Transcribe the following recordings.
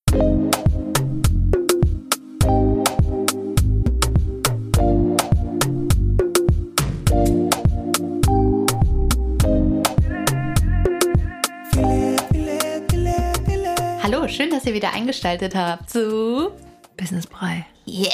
Hallo, schön, dass ihr wieder eingeschaltet habt zu Business Brei. Yes.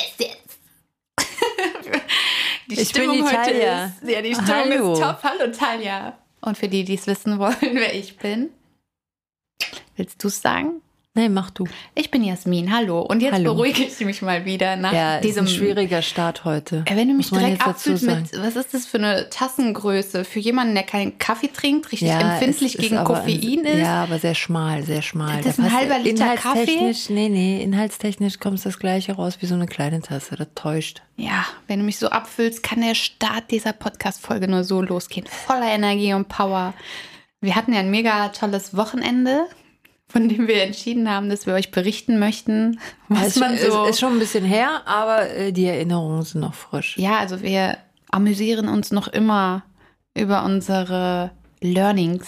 Die Ich Stimmung bin die heute Talja. ist, ja, die Stimmung ist top. Hallo Talja. Und für die, die es wissen wollen, wer ich bin, willst du es sagen? Nein, mach du. Ich bin Jasmin, hallo. Und jetzt Hallo. beruhige ich mich mal wieder nach Diesem diesem schwieriger Start heute. Wenn du mich Muss man direkt jetzt dazu abfüllst sagen. mit, was ist das für eine Tassengröße? Für jemanden, der keinen Kaffee trinkt, richtig empfindlich es gegen aber Koffein ist? Ja, aber sehr schmal, sehr schmal. Das ist ein halber Liter Kaffee? Inhaltstechnisch kommt das Gleiche raus wie so eine kleine Tasse. Das täuscht. Ja, wenn du mich so abfüllst, kann der Start dieser Podcast-Folge nur so losgehen. Voller Energie und Power. Wir hatten ja ein mega tolles Wochenende, von dem wir entschieden haben, dass wir euch berichten möchten, was man so... Es ist schon ein bisschen her, aber die Erinnerungen sind noch frisch. Ja, also wir amüsieren uns noch immer über unsere Learnings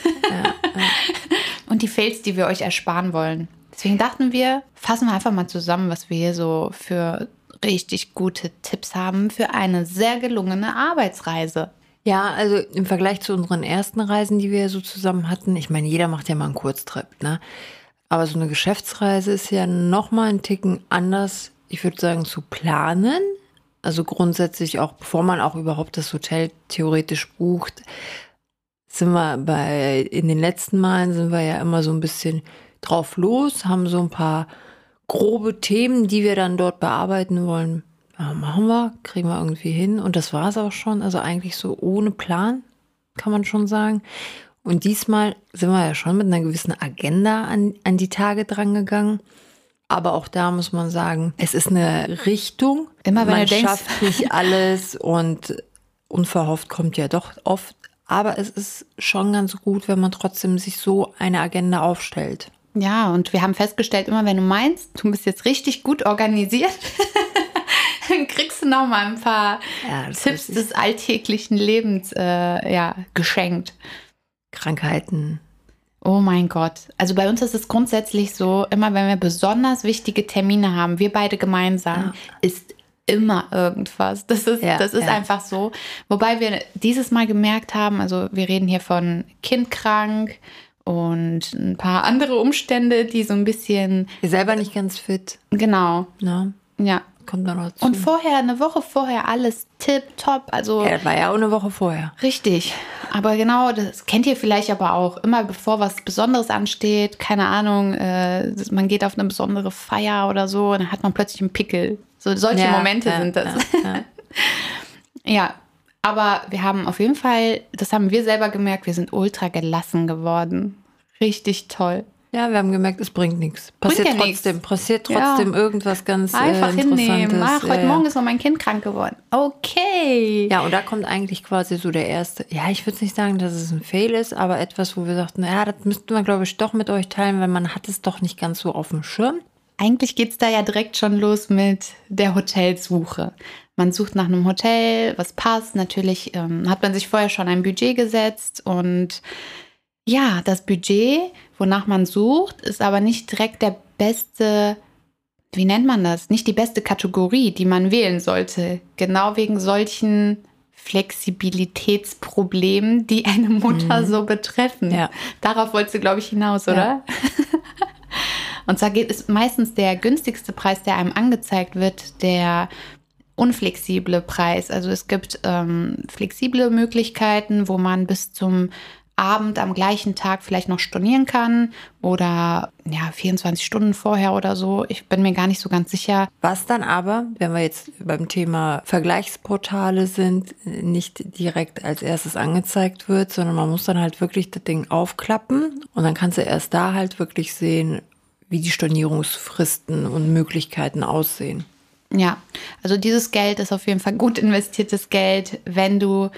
und die Fails, die wir euch ersparen wollen. Deswegen dachten wir, fassen wir einfach mal zusammen, was wir hier so für richtig gute Tipps haben für eine sehr gelungene Arbeitsreise. Ja, also im Vergleich zu unseren ersten Reisen, die wir so zusammen hatten, ich meine, jeder macht ja mal einen Kurztrip, ne? Aber so eine Geschäftsreise ist ja noch mal ein Ticken anders, ich würde sagen, zu planen. Also grundsätzlich auch, bevor man auch überhaupt das Hotel theoretisch bucht, in den letzten Malen sind wir ja immer so ein bisschen drauf los, haben so ein paar grobe Themen, die wir dann dort bearbeiten wollen. Ja, machen wir, kriegen wir irgendwie hin. Und das war es auch schon. Also eigentlich so ohne Plan, kann man schon sagen. Und diesmal sind wir ja schon mit einer gewissen Agenda an die Tage dran gegangen. Aber auch da muss man sagen, es ist eine Richtung. Immer wenn man du denkst, schafft nicht alles und unverhofft kommt ja doch oft. Aber es ist schon ganz gut, wenn man trotzdem sich so eine Agenda aufstellt. Ja, und wir haben festgestellt, immer wenn du meinst, du bist jetzt richtig gut organisiert, dann kriegst du noch mal ein paar Tipps des alltäglichen Lebens geschenkt. Krankheiten. Oh mein Gott. Also bei uns ist es grundsätzlich so, immer wenn wir besonders wichtige Termine haben, wir beide gemeinsam, ist immer irgendwas. Das ist einfach so. Wobei wir dieses Mal gemerkt haben, also wir reden hier von Kind krank und ein paar andere Umstände, die so ein bisschen... Ihr selber nicht ganz fit. Genau. Ja. Kommt dann dazu. Und eine Woche vorher alles tipptopp. Also das war ja auch eine Woche vorher. Richtig. Aber genau, das kennt ihr vielleicht aber auch. Immer bevor was Besonderes ansteht, keine Ahnung, man geht auf eine besondere Feier oder so, dann hat man plötzlich einen Pickel. So solche Momente sind das. Ja, aber wir haben auf jeden Fall, das haben wir selber gemerkt, wir sind ultra gelassen geworden. Richtig toll. Ja, wir haben gemerkt, es bringt nichts. Passiert trotzdem irgendwas ganz einfach Interessantes. Hinnehmen. Heute Morgen ist noch mein Kind krank geworden. Okay. Ja, und da kommt eigentlich quasi so der erste, ich würde nicht sagen, dass es ein Fail ist, aber etwas, wo wir sagten, das müssten wir, glaube ich, doch mit euch teilen, weil man hat es doch nicht ganz so auf dem Schirm. Eigentlich geht es da ja direkt schon los mit der Hotelsuche. Man sucht nach einem Hotel, was passt. Natürlich hat man sich vorher schon ein Budget gesetzt und ja, das Budget, wonach man sucht, ist aber nicht direkt der beste, wie nennt man das? Nicht die beste Kategorie, die man wählen sollte. Genau wegen solchen Flexibilitätsproblemen, die eine Mutter so betreffen. Ja. Darauf wolltest du, glaube ich, hinaus, oder? Ja. Und zwar ist meistens der günstigste Preis, der einem angezeigt wird, der unflexible Preis. Also es gibt flexible Möglichkeiten, wo man bis zum Abend am gleichen Tag vielleicht noch stornieren kann oder 24 Stunden vorher oder so. Ich bin mir gar nicht so ganz sicher. Was dann aber, wenn wir jetzt beim Thema Vergleichsportale sind, nicht direkt als erstes angezeigt wird, sondern man muss dann halt wirklich das Ding aufklappen und dann kannst du erst da halt wirklich sehen, wie die Stornierungsfristen und Möglichkeiten aussehen. Ja, also dieses Geld ist auf jeden Fall gut investiertes Geld, wenn du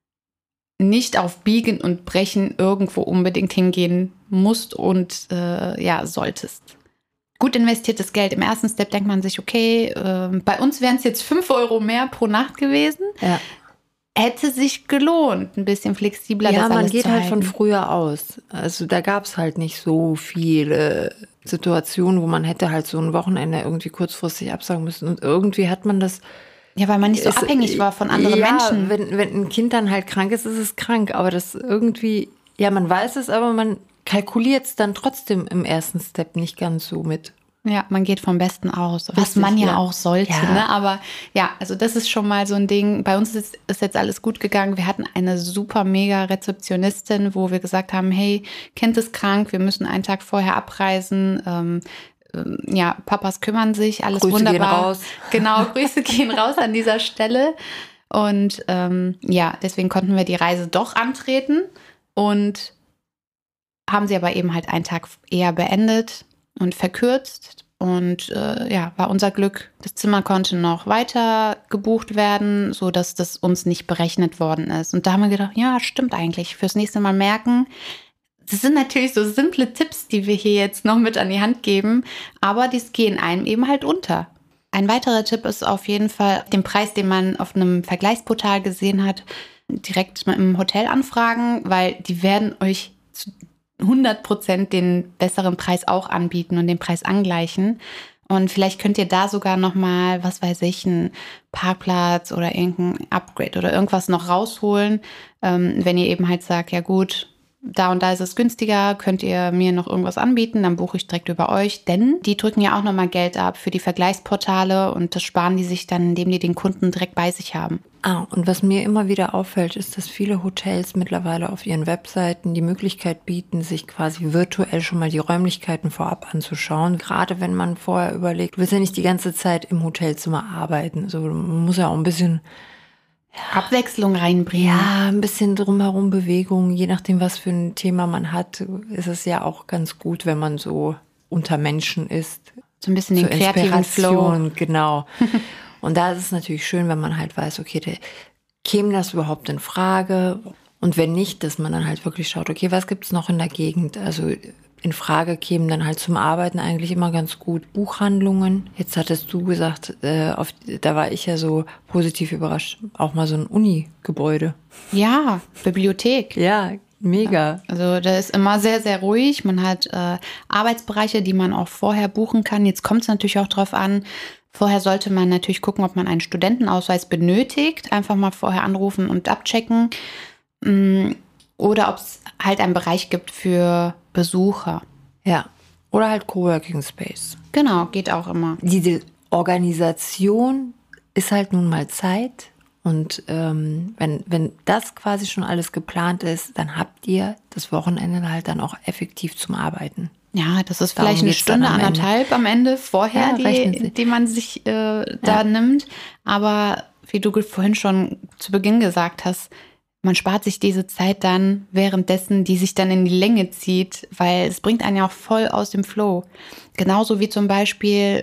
nicht auf Biegen und Brechen irgendwo unbedingt hingehen musst und solltest. Gut investiertes Geld. Im ersten Step denkt man sich, okay, bei uns wären es jetzt 5 € mehr pro Nacht gewesen. Ja. Hätte sich gelohnt, ein bisschen flexibler das alles zu halten. Ja, man geht halt von früher aus. Also da gab es halt nicht so viele Situationen, wo man hätte halt so ein Wochenende irgendwie kurzfristig absagen müssen. Und irgendwie hat man das. Ja, weil man nicht so abhängig war von anderen Menschen. Wenn ein Kind dann halt krank ist, ist es krank. Aber das irgendwie, ja, man weiß es, aber man kalkuliert es dann trotzdem im ersten Step nicht ganz so mit. Ja, man geht vom Besten aus, was man ja auch sollte. Ja. Ne? Aber ja, also das ist schon mal so ein Ding. Bei uns ist jetzt alles gut gegangen. Wir hatten eine super mega Rezeptionistin, wo wir gesagt haben, hey, Kind ist krank, wir müssen einen Tag vorher abreisen. Ja, Papas kümmern sich, alles Grüße wunderbar. Gehen raus. Genau, Grüße gehen raus an dieser Stelle. Und ja, deswegen konnten wir die Reise doch antreten und haben sie aber eben halt einen Tag eher beendet und verkürzt. Und ja, war unser Glück, das Zimmer konnte noch weiter gebucht werden, sodass das uns nicht berechnet worden ist. Und da haben wir gedacht, ja, stimmt eigentlich, fürs nächste Mal merken. Das sind natürlich so simple Tipps, die wir hier jetzt noch mit an die Hand geben, aber die gehen einem eben halt unter. Ein weiterer Tipp ist auf jeden Fall, den Preis, den man auf einem Vergleichsportal gesehen hat, direkt im Hotel anfragen, weil die werden euch zu 100% den besseren Preis auch anbieten und den Preis angleichen. Und vielleicht könnt ihr da sogar nochmal, was weiß ich, einen Parkplatz oder irgendein Upgrade oder irgendwas noch rausholen, wenn ihr eben halt sagt, ja gut, da und da ist es günstiger, könnt ihr mir noch irgendwas anbieten, dann buche ich direkt über euch, denn die drücken ja auch nochmal Geld ab für die Vergleichsportale und das sparen die sich dann, indem die den Kunden direkt bei sich haben. Und was mir immer wieder auffällt, ist, dass viele Hotels mittlerweile auf ihren Webseiten die Möglichkeit bieten, sich quasi virtuell schon mal die Räumlichkeiten vorab anzuschauen. Gerade wenn man vorher überlegt, du willst ja nicht die ganze Zeit im Hotelzimmer arbeiten, also man muss ja auch ein bisschen Abwechslung reinbringen. Ja, ein bisschen drumherum Bewegung. Je nachdem, was für ein Thema man hat, ist es ja auch ganz gut, wenn man so unter Menschen ist. So ein bisschen den kreativen Flow. Genau. Und da ist es natürlich schön, wenn man halt weiß, okay, käme das überhaupt in Frage? Und wenn nicht, dass man dann halt wirklich schaut, okay, was gibt's noch in der Gegend? Also in Frage kämen dann halt zum Arbeiten eigentlich immer ganz gut Buchhandlungen. Jetzt hattest du gesagt, da war ich ja so positiv überrascht, auch mal so ein Uni-Gebäude. Ja, Bibliothek. Ja, mega. Also da ist immer sehr, sehr ruhig. Man hat Arbeitsbereiche, die man auch vorher buchen kann. Jetzt kommt es natürlich auch drauf an. Vorher sollte man natürlich gucken, ob man einen Studentenausweis benötigt. Einfach mal vorher anrufen und abchecken. Oder ob es halt einen Bereich gibt für Besucher. Ja, oder halt Coworking Space. Genau, geht auch immer. Diese Organisation ist halt nun mal Zeit. Und wenn das quasi schon alles geplant ist, dann habt ihr das Wochenende halt dann auch effektiv zum Arbeiten. Ja, das ist vielleicht eine Stunde, anderthalb am Ende vorher, die man sich da nimmt. Aber wie du vorhin schon zu Beginn gesagt hast, man spart sich diese Zeit dann währenddessen, die sich dann in die Länge zieht, weil es bringt einen ja auch voll aus dem Flow. Genauso wie zum Beispiel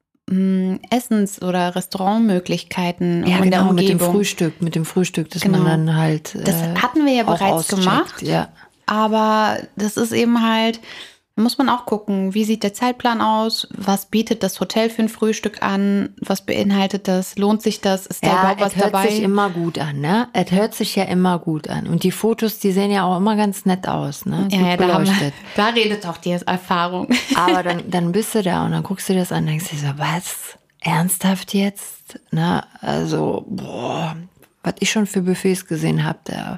Essens- oder Restaurantmöglichkeiten in der Umgebung. Mit dem Frühstück, dass man dann halt das hatten wir ja bereits gemacht, ja. Aber das ist eben halt, da muss man auch gucken, wie sieht der Zeitplan aus, was bietet das Hotel für ein Frühstück an, was beinhaltet das, lohnt sich das, ist da überhaupt was dabei? Es hört sich immer gut an, ne? Es hört sich ja immer gut an. Und die Fotos, die sehen ja auch immer ganz nett aus, ne? Ja, da redet auch die Erfahrung. Aber dann bist du da und dann guckst du dir das an und denkst dir so, was? Ernsthaft jetzt? Ne? Also, was ich schon für Buffets gesehen habe,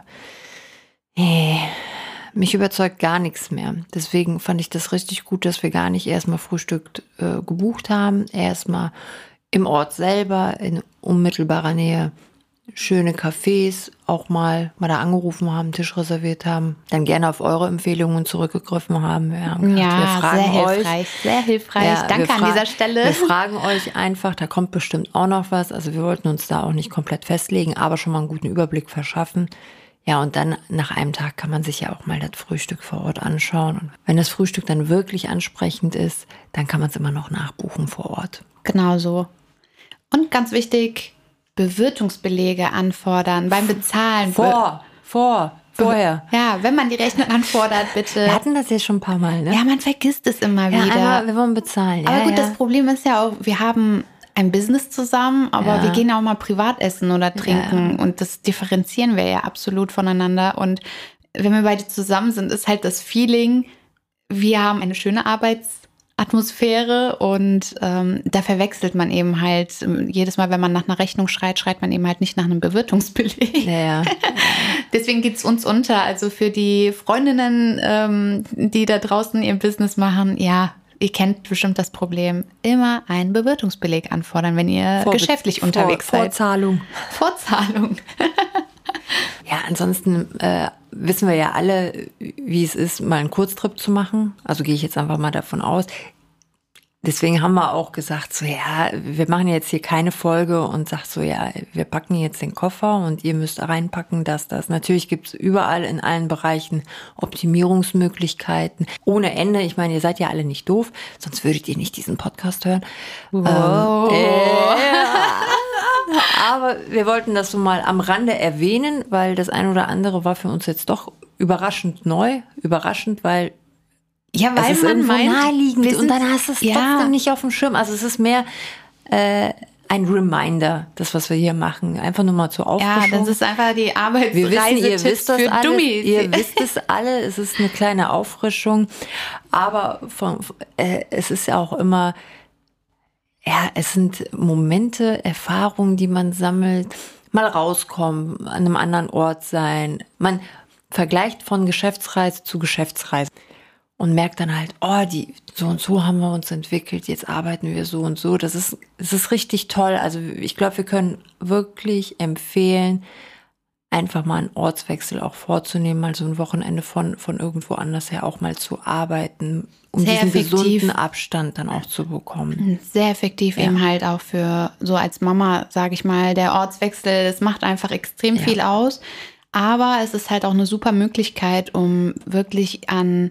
mich überzeugt gar nichts mehr. Deswegen fand ich das richtig gut, dass wir gar nicht erstmal Frühstück gebucht haben. Erstmal im Ort selber, in unmittelbarer Nähe, schöne Cafés, auch mal da angerufen haben, Tisch reserviert haben, dann gerne auf eure Empfehlungen zurückgegriffen haben. Wir haben gedacht, wir fragen sehr hilfreich. Ja, danke an dieser Stelle. Wir fragen euch einfach, da kommt bestimmt auch noch was. Also wir wollten uns da auch nicht komplett festlegen, aber schon mal einen guten Überblick verschaffen. Ja, und dann nach einem Tag kann man sich ja auch mal das Frühstück vor Ort anschauen. Und wenn das Frühstück dann wirklich ansprechend ist, dann kann man es immer noch nachbuchen vor Ort. Genau so. Und ganz wichtig, Bewirtungsbelege anfordern beim Bezahlen. Vorher. Ja, wenn man die Rechnung anfordert, bitte. Wir hatten das ja schon ein paar Mal, ne? Ja, man vergisst es immer wieder. Einmal, wir wollen bezahlen. Aber gut, das Problem ist ja auch, wir haben ein Business zusammen, aber wir gehen auch mal privat essen oder trinken und das differenzieren wir ja absolut voneinander. Und wenn wir beide zusammen sind, ist halt das Feeling, wir haben eine schöne Atmosphäre und da verwechselt man eben halt jedes Mal, wenn man nach einer Rechnung schreit man eben halt nicht nach einem Bewirtungsbeleg. Ja. Deswegen geht's uns unter. Also für die Freundinnen, die da draußen ihr Business machen, ja, ihr kennt bestimmt das Problem. Immer einen Bewirtungsbeleg anfordern, wenn ihr geschäftlich unterwegs seid. Vorzahlung. Ja, ansonsten wissen wir ja alle, wie es ist, mal einen Kurztrip zu machen. Also gehe ich jetzt einfach mal davon aus. Deswegen haben wir auch gesagt, so ja, wir machen jetzt hier keine Folge und sagt so, ja, wir packen jetzt den Koffer und ihr müsst reinpacken, das. Natürlich gibt es überall in allen Bereichen Optimierungsmöglichkeiten ohne Ende. Ich meine, ihr seid ja alle nicht doof, sonst würdet ihr nicht diesen Podcast hören. Wow. Aber wir wollten das so mal am Rande erwähnen, weil das ein oder andere war für uns jetzt doch überraschend neu. Überraschend, weil weil es ist man meint, naheliegend und dann hast du es trotzdem nicht auf dem Schirm. Also es ist mehr ein Reminder, das, was wir hier machen. Einfach nur mal zur Auffrischung. Ja, das ist einfach die Ihr wisst das für alles. Dummies. Ihr wisst es alle. Es ist eine kleine Auffrischung. Aber es ist ja auch immer, ja, es sind Momente, Erfahrungen, die man sammelt. Mal rauskommen, an einem anderen Ort sein. Man vergleicht von Geschäftsreise zu Geschäftsreise. Und merkt dann halt, so und so haben wir uns entwickelt, jetzt arbeiten wir so und so. Das ist richtig toll. Also ich glaube, wir können wirklich empfehlen, einfach mal einen Ortswechsel auch vorzunehmen, mal so ein Wochenende von irgendwo anders her auch mal zu arbeiten, um sehr diesen effektiv. Gesunden Abstand dann auch zu bekommen. Sehr effektiv eben halt auch für so als Mama, sage ich mal, der Ortswechsel, das macht einfach extrem viel aus. Aber es ist halt auch eine super Möglichkeit, um wirklich an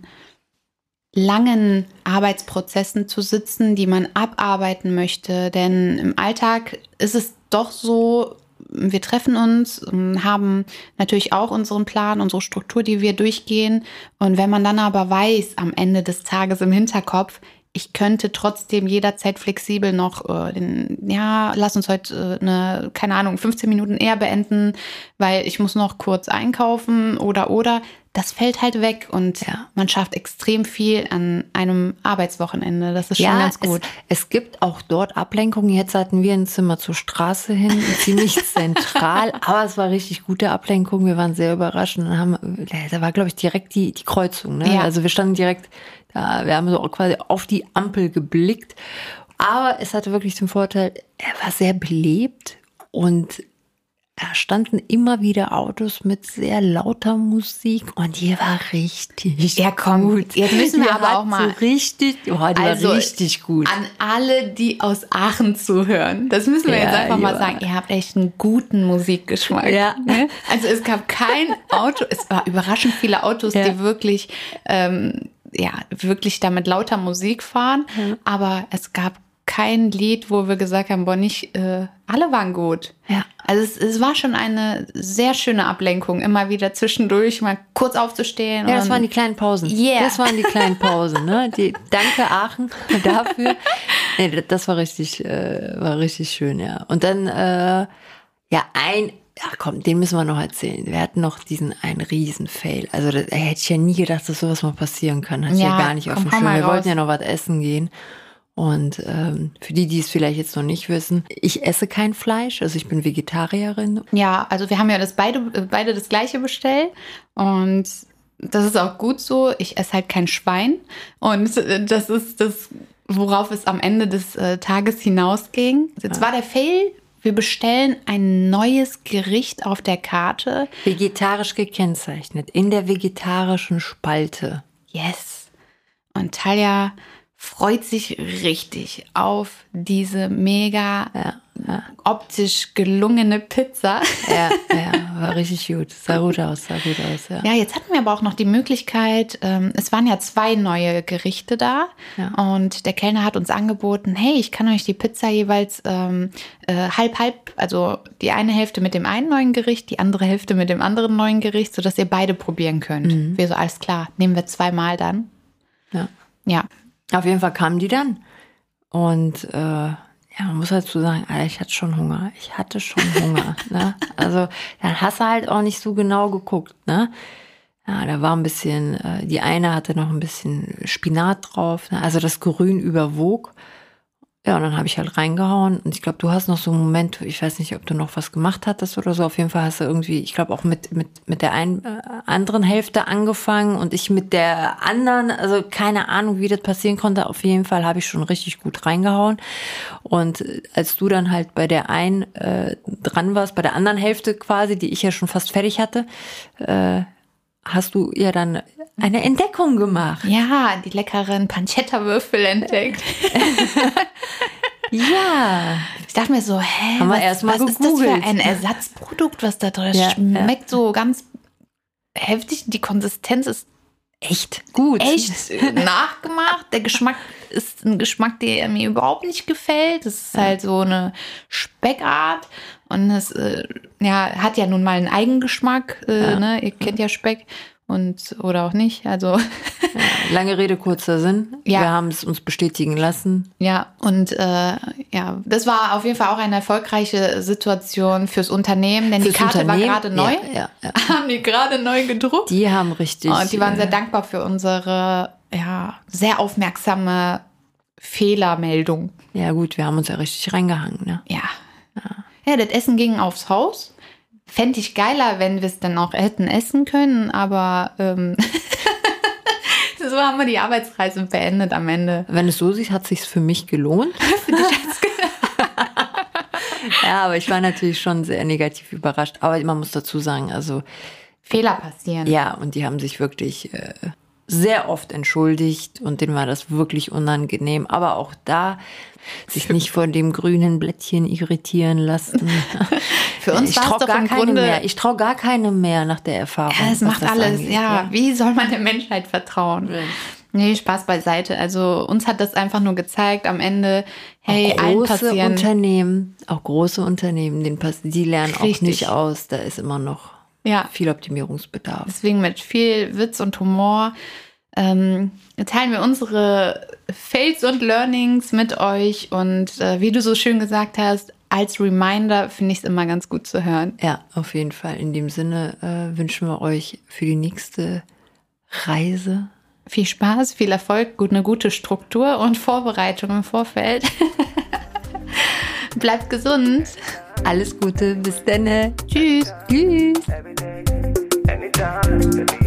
langen Arbeitsprozessen zu sitzen, die man abarbeiten möchte. Denn im Alltag ist es doch so, wir treffen uns und haben natürlich auch unseren Plan, unsere Struktur, die wir durchgehen. Und wenn man dann aber weiß, am Ende des Tages im Hinterkopf, ich könnte trotzdem jederzeit flexibel noch, lass uns heute, 15 Minuten eher beenden, weil ich muss noch kurz einkaufen oder. Das fällt halt weg und man schafft extrem viel an einem Arbeitswochenende. Das ist schon ganz gut. Es gibt auch dort Ablenkungen. Jetzt hatten wir ein Zimmer zur Straße hin, ziemlich zentral, aber es war richtig gute Ablenkung. Wir waren sehr überrascht. Und da war, glaube ich, direkt die Kreuzung. Ne? Ja. Also wir standen direkt da, wir haben so quasi auf die Ampel geblickt. Aber es hatte wirklich den Vorteil, er war sehr belebt und da standen immer wieder Autos mit sehr lauter Musik und die war richtig gut. Jetzt müssen wir aber auch mal so richtig, die war richtig gut. An alle, die aus Aachen zuhören, das müssen wir jetzt einfach mal sagen. Ihr habt echt einen guten Musikgeschmack. Ja. Ne? Also es gab kein Auto, es war überraschend viele Autos, die wirklich, wirklich da mit lauter Musik fahren, aber es gab kein Lied, wo wir gesagt haben, alle waren gut. Ja. Also es war schon eine sehr schöne Ablenkung, immer wieder zwischendurch mal kurz aufzustehen. Ja, das waren die kleinen Pausen. Yeah. Das waren die kleinen Pausen. Ne? Danke Aachen dafür. Nee, das war richtig schön, ja. Und dann, den müssen wir noch erzählen. Wir hatten noch einen Riesen-Fail. Also da hätte ich ja nie gedacht, dass sowas mal passieren kann. Hatte ich ja gar nicht auf dem Schirm. Wir wollten ja noch was essen gehen. Und für die es vielleicht jetzt noch nicht wissen, ich esse kein Fleisch, also ich bin Vegetarierin. Ja, also wir haben ja beide das Gleiche bestellt und das ist auch gut so. Ich esse halt kein Schwein und das ist das, worauf es am Ende des Tages hinausging. Jetzt war der Fail, wir bestellen ein neues Gericht auf der Karte. Vegetarisch gekennzeichnet, in der vegetarischen Spalte. Yes. Und Talja freut sich richtig auf diese mega optisch gelungene Pizza. Ja, war richtig gut. Sah gut aus, ja. Ja, jetzt hatten wir aber auch noch die Möglichkeit, es waren ja 2 neue Gerichte da und der Kellner hat uns angeboten, hey, ich kann euch die Pizza jeweils halb, also die eine Hälfte mit dem einen neuen Gericht, die andere Hälfte mit dem anderen neuen Gericht, sodass ihr beide probieren könnt. Wir so, alles klar, nehmen wir 2-mal dann. Ja. Auf jeden Fall kamen die dann. Und man muss dazu sagen, Alter, ich hatte schon Hunger. Ne? Also dann hast du halt auch nicht so genau geguckt. Ne? Ja, da war ein bisschen, die eine hatte noch ein bisschen Spinat drauf, ne? Also das Grün überwog. Ja, und dann habe ich halt reingehauen. Und ich glaube, du hast noch so einen Moment, ich weiß nicht, ob du noch was gemacht hattest oder so. Auf jeden Fall hast du irgendwie, ich glaube, auch mit der anderen Hälfte angefangen und ich mit der anderen. Also keine Ahnung, wie das passieren konnte. Auf jeden Fall habe ich schon richtig gut reingehauen. Und als du dann halt bei der einen dran warst, bei der anderen Hälfte quasi, die ich ja schon fast fertig hatte, hast du ja dann eine Entdeckung gemacht. Ja, die leckeren Pancetta-Würfel entdeckt. Ja. Ich dachte mir so, hä, Haben wir erst mal was ist das für gegoogelt. ein Ersatzprodukt, was da drin ist? Ja, Schmeckt so ganz heftig. Die Konsistenz ist Echt gut. echt nachgemacht. Der Geschmack ist ein Geschmack, der mir überhaupt nicht gefällt. Das ist halt so eine Speckart. Und es hat ja nun mal einen Eigengeschmack. Ne? Ihr kennt ja Speck. Oder auch nicht. Also Lange Rede, kurzer Sinn. Ja. Wir haben es uns bestätigen lassen. ja, und das war auf jeden Fall auch eine erfolgreiche Situation fürs Unternehmen, denn die Karte war gerade neu. Ja. Haben die gerade neu gedruckt. Die haben richtig. Und die waren sehr dankbar für unsere sehr aufmerksame Fehlermeldung. Ja gut, wir haben uns ja richtig reingehangen. Ne? Ja, das Essen ging aufs Haus. Fände ich geiler, wenn wir es dann auch hätten essen können, aber so haben wir die Arbeitsreise beendet am Ende. Wenn es so sieht, hat es sich für mich gelohnt. Ja, aber ich war natürlich schon sehr negativ überrascht. Aber man muss dazu sagen, also Fehler passieren. ja, und die haben sich wirklich sehr oft entschuldigt und denen war das wirklich unangenehm. Aber auch da sich nicht von dem grünen Blättchen irritieren lassen. Für uns war es doch im Grunde... Ich traue gar keine mehr nach der Erfahrung. Ja, es macht alles. Angeht. Ja, wie soll man der Menschheit vertrauen? Ja. Nee, Spaß beiseite. Also uns hat das einfach nur gezeigt am Ende, hey, auch allen große passieren... große Unternehmen, die lernen auch Richtig. nicht aus. Da ist immer noch viel Optimierungsbedarf. Deswegen mit viel Witz und Humor teilen wir unsere Fails und Learnings mit euch. Und wie du so schön gesagt hast, als Reminder finde ich es immer ganz gut zu hören. Ja, auf jeden Fall. In dem Sinne wünschen wir euch für die nächste Reise viel Spaß, viel Erfolg, eine gute Struktur und Vorbereitung im Vorfeld. Bleibt gesund. Alles Gute, bis dann. Tschüss. Tschüss. Every day, anytime.